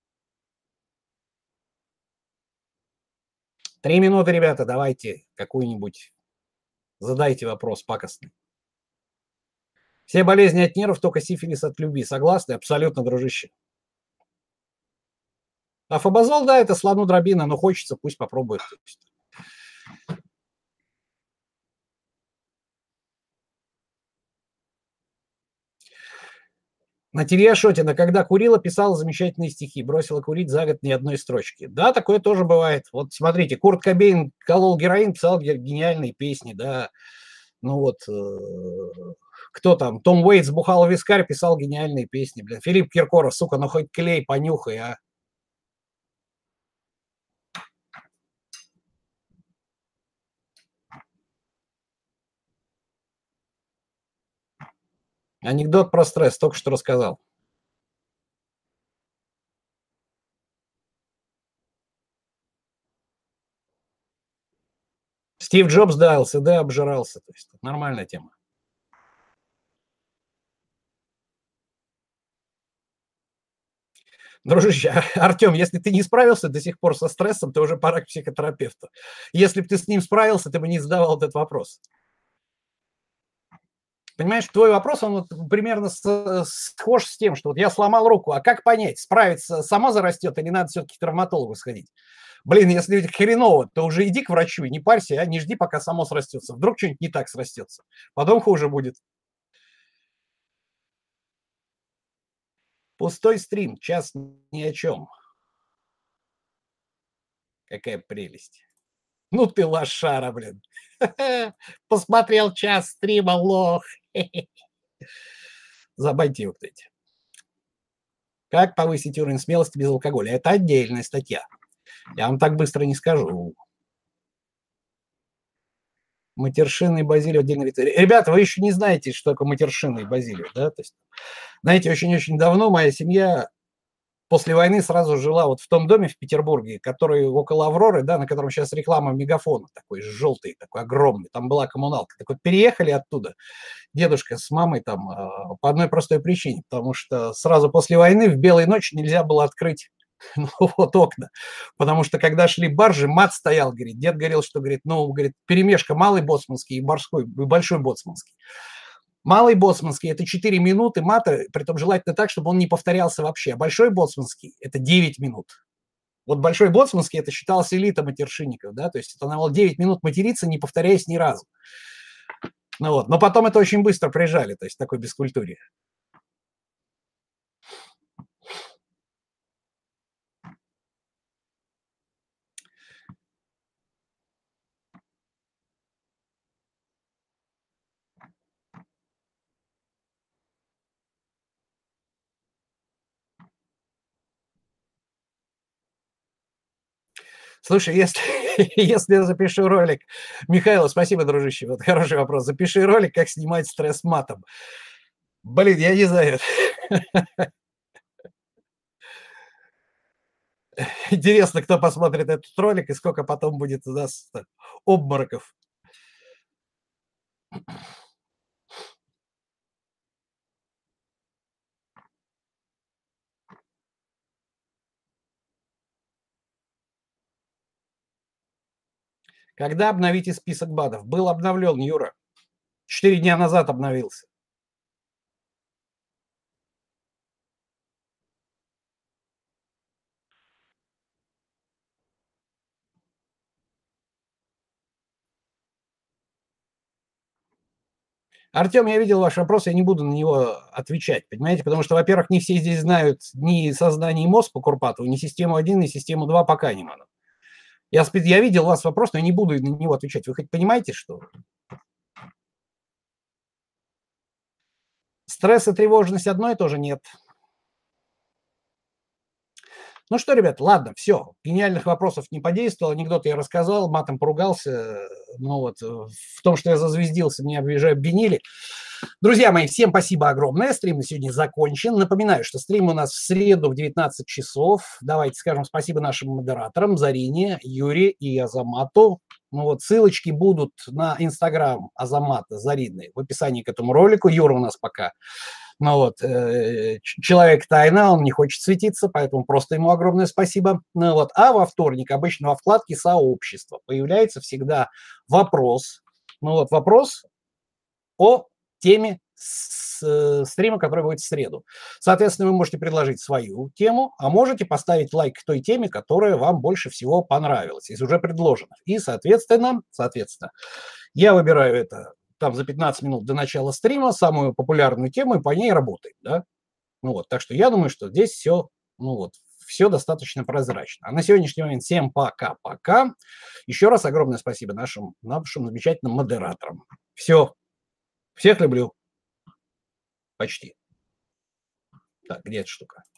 Три минуты, ребята, давайте какую-нибудь, задайте вопрос пакостный. Все болезни от нервов, только сифилис от любви. Согласны? Абсолютно, дружище. А фабазол, да, это слону дробина, но хочется, пусть попробует. Натерия Шотина, когда курила, писала замечательные стихи, бросила курить за год ни одной строчки. Да, такое тоже бывает. Вот смотрите, Курт Кобейн колол героин, писал гениальные песни, да. Ну вот, э, кто там? Том Уэйтс бухал вискарь, писал гениальные песни, блин. Филипп Киркоров, сука, ну хоть клей понюхай, а. Анекдот про стресс, только что рассказал. Стив Джобс, да, эл си ди обжирался. То есть нормальная тема. Дружище, Артем, если ты не справился до сих пор со стрессом, то уже пора к психотерапевту. Если бы ты с ним справился, ты бы не задавал этот вопрос. Понимаешь, твой вопрос, он вот примерно с, схож с тем, что вот я сломал руку, а как понять, справиться само зарастет или надо все-таки к травматологу сходить? Блин, если хреново, то уже иди к врачу и не парься, а не жди, пока само срастется. Вдруг что-нибудь не так срастется. Потом хуже будет. Пустой стрим, час ни о чем. Какая прелесть. Ну ты лошара, блин. Посмотрел час стрима, лох. Забаньте вот эти. Как повысить уровень смелости без алкоголя? Это отдельная статья. Я вам так быстро не скажу. Матершинный базилио отдельно. Ребята, вы еще не знаете, что такое матершинный базилио, да? То есть, знаете, очень-очень давно моя семья после войны сразу жила вот в том доме в Петербурге, который около Авроры, да, на котором сейчас реклама Мегафона, такой желтый, такой огромный, там была коммуналка. Так вот, переехали оттуда дедушка с мамой там по одной простой причине, потому что сразу после войны в белые ночи нельзя было открыть ну, вот окна, потому что когда шли баржи, мат стоял, говорит, дед говорил, что, говорит, ну, говорит, перемешка малый боцманский и морской, и большой боцманский. Малый боцманский – это четыре минуты мата, притом желательно так, чтобы он не повторялся вообще. А большой боцманский – это девять минут. Вот большой боцманский – это считалось элита матершинников, да, то есть это надо было девять минут материться, не повторяясь ни разу. Ну вот, но потом это очень быстро прижали, то есть такой бескультуре. Слушай, если, если я запишу ролик, Михаил, спасибо, дружище, вот хороший вопрос, запиши ролик, как снимать стресс матом. Блин, я не знаю. Интересно, кто посмотрит этот ролик и сколько потом будет у нас обмороков. Когда обновите список БАДов? Был обновлен, Юра. Четыре дня назад обновился. Артем, я видел ваш вопрос, я не буду на него отвечать, понимаете? Потому что, во-первых, не все здесь знают ни создание МОЗ по Курпатову, ни систему один, ни систему два по Канеману. Я, я видел у вас вопрос, но я не буду на него отвечать. Вы хоть понимаете, что? Стресс и тревожность одно и то же нет. Ну что, ребят, ладно, все. Гениальных вопросов не подействовал, анекдот я рассказал, матом поругался. Ну вот, в том, что я зазвездился, меня уже обвинили. Друзья мои, всем спасибо огромное. Стрим на сегодня закончен. Напоминаю, что стрим у нас в среду в девятнадцать часов. Давайте скажем спасибо нашим модераторам Зарине, Юре и Азамату. Ну вот, ссылочки будут на инстаграм Азамата Зарины в описании к этому ролику. Юра у нас пока ну вот, э, человек тайна, он не хочет светиться, поэтому просто ему огромное спасибо. Ну вот, а во вторник обычно во вкладке «Сообщество» появляется всегда вопрос, ну вот, вопрос о теме с, э, стрима, который будет в среду. Соответственно, вы можете предложить свою тему, а можете поставить лайк к той теме, которая вам больше всего понравилась из уже предложенных. И, соответственно, соответственно, я выбираю это там за пятнадцать минут до начала стрима самую популярную тему и по ней работаем, да. Ну вот, так что я думаю, что здесь все, ну вот, все достаточно прозрачно. А на сегодняшний момент всем пока-пока. Еще раз огромное спасибо нашим, нашим замечательным модераторам. Все. Всех люблю. Почти. Так, где эта штука?